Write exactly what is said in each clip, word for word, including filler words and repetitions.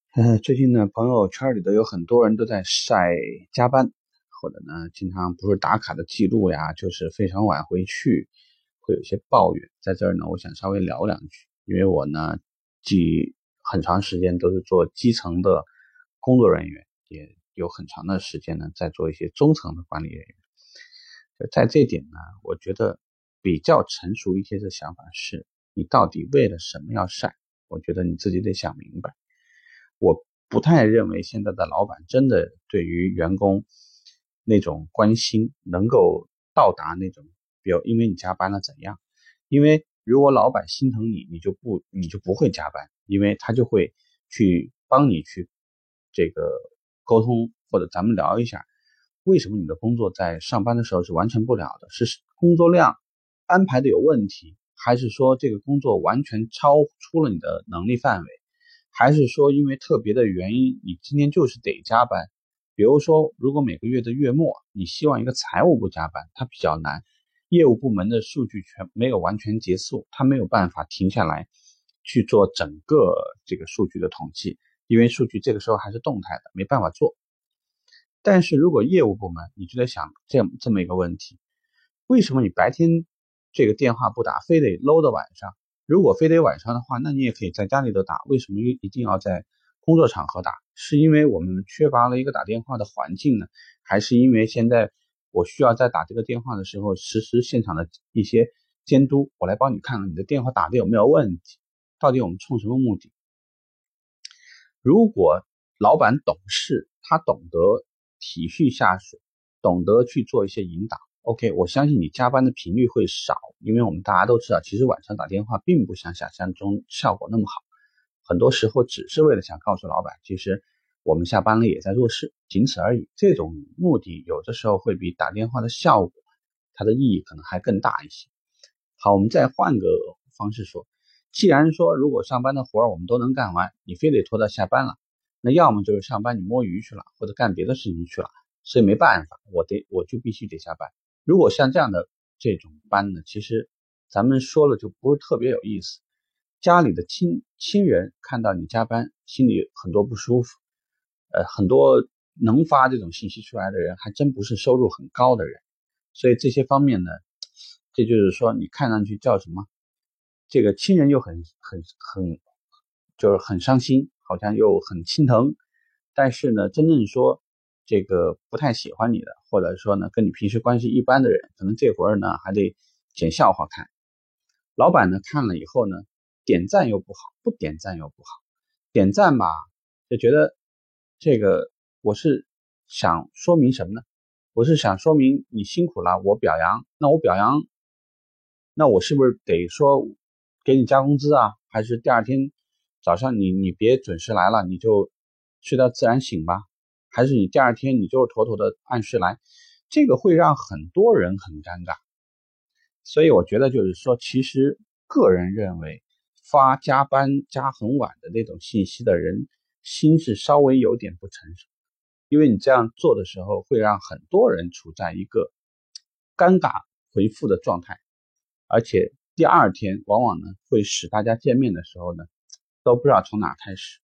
呃，最近呢，朋友圈里头有很多人都在晒加班，或者呢，经常不是打卡的记录呀，就是非常晚回去，会有一些抱怨。在这儿呢，我想稍微聊两句，因为我呢，既很长时间都是做基层的工作人员，也有很长的时间呢，在做一些中层的管理人员。在这点呢，我觉得比较成熟一些的想法是，你到底为了什么要晒？我觉得你自己得想明白。我不太认为现在的老板真的对于员工那种关心能够到达那种，比如因为你加班了怎样？因为如果老板心疼你，你就不你就不会加班，因为他就会去帮你去这个沟通，或者咱们聊一下，为什么你的工作在上班的时候是完成不了的？是工作量安排的有问题，还是说这个工作完全超出了你的能力范围？还是说因为特别的原因，你今天就是得加班？比如说，如果每个月的月末，你希望一个财务部加班，它比较难，业务部门的数据全没有完全结束，它没有办法停下来去做整个这个数据的统计，因为数据这个时候还是动态的，没办法做。但是如果业务部门，你就得想这样这么一个问题：为什么你白天这个电话不打，非得搂到晚上？如果非得晚上的话，那你也可以在家里头打，为什么一定要在工作场合打？是因为我们缺乏了一个打电话的环境呢，还是因为现在我需要在打这个电话的时候实时现场的一些监督，我来帮你看看你的电话打的有没有问题，到底我们冲什么目的？如果老板懂事，他懂得体恤下属，懂得去做一些引导， OK， 我相信你加班的频率会少，因为我们大家都知道，其实晚上打电话并不像想象中效果那么好，很多时候只是为了想告诉老板，其实我们下班了也在做事，仅此而已。这种目的有的时候会比打电话的效果，它的意义可能还更大一些。好，我们再换个方式说，既然说如果上班的活儿我们都能干完，你非得拖到下班了，那要么就是上班你摸鱼去了，或者干别的事情去了，所以没办法，我得我就必须得下班。如果像这样的这种班呢，其实咱们说了就不是特别有意思。家里的亲亲人看到你加班，心里很多不舒服。呃，很多能发这种信息出来的人，还真不是收入很高的人。所以这些方面呢，这就是说你看上去叫什么？这个亲人又很很很，就是很伤心，好像又很心疼。但是呢，真正说这个不太喜欢你的，或者说呢跟你平时关系一般的人，可能这会儿呢还得捡笑话看。老板呢看了以后呢，点赞又不好，不点赞又不好。点赞吧，就觉得这个我是想说明什么呢？我是想说明你辛苦了，我表扬。那我表扬，那我是不是得说给你加工资啊？还是第二天早上你你别准时来了，你就睡到自然醒吧？还是你第二天你就是妥妥的按时来？这个会让很多人很尴尬。所以我觉得就是说，其实个人认为发加班加很晚的那种信息的人，心是稍微有点不成熟，因为你这样做的时候，会让很多人处在一个尴尬回复的状态，而且第二天往往呢会使大家见面的时候呢，都不知道从哪开始。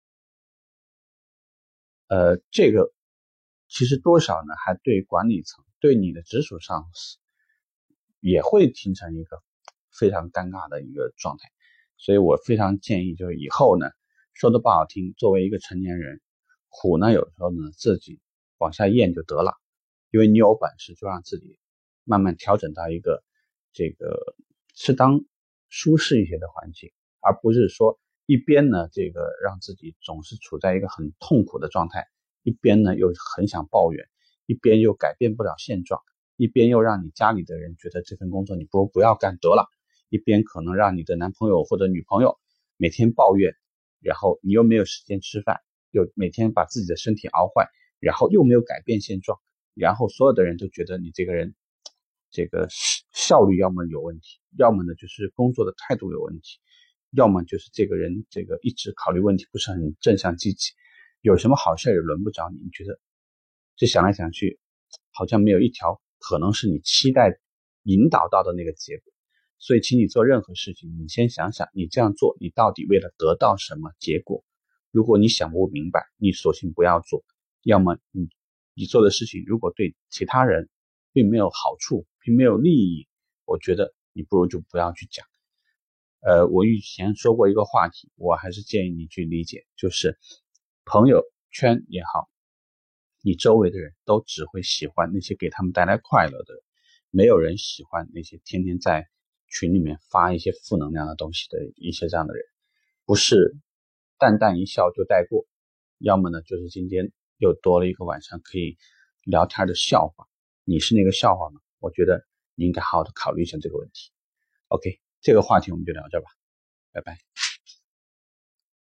呃，这个其实多少呢，还对管理层、对你的直属上司也会形成一个非常尴尬的一个状态。所以我非常建议，就是以后呢，说的不好听，作为一个成年人，苦呢有时候呢自己往下咽就得了，因为你有本事就让自己慢慢调整到一个这个适当舒适一些的环境，而不是说一边呢这个让自己总是处在一个很痛苦的状态，一边呢又很想抱怨，一边又改变不了现状，一边又让你家里的人觉得这份工作你不如不要干得了，一边可能让你的男朋友或者女朋友每天抱怨，然后你又没有时间吃饭，又每天把自己的身体熬坏，然后又没有改变现状，然后所有的人都觉得你这个人这个效率要么有问题，要么呢就是工作的态度有问题，要么就是这个人这个一直考虑问题不是很正向积极，有什么好事也轮不着你。你觉得这想来想去，好像没有一条可能是你期待引导到的那个结果。所以请你做任何事情，你先想想你这样做你到底为了得到什么结果， 如果你想不明白，你索性不要做；要么你你做的事情如果对其他人并没有好处，并没有利益，我觉得你不如就不要去讲。呃，我以前说过一个话题，我还是建议你去理解，就是朋友圈也好，你周围的人都只会喜欢那些给他们带来快乐的人，没有人喜欢那些天天在群里面发一些负能量的东西的一些这样的人，不是淡淡一笑就带过，要么呢就是今天又多了一个晚上可以聊天的笑话，你是那个笑话吗？我觉得你应该好好的考虑一下这个问题。OK， 这个话题我们就聊这吧，拜拜。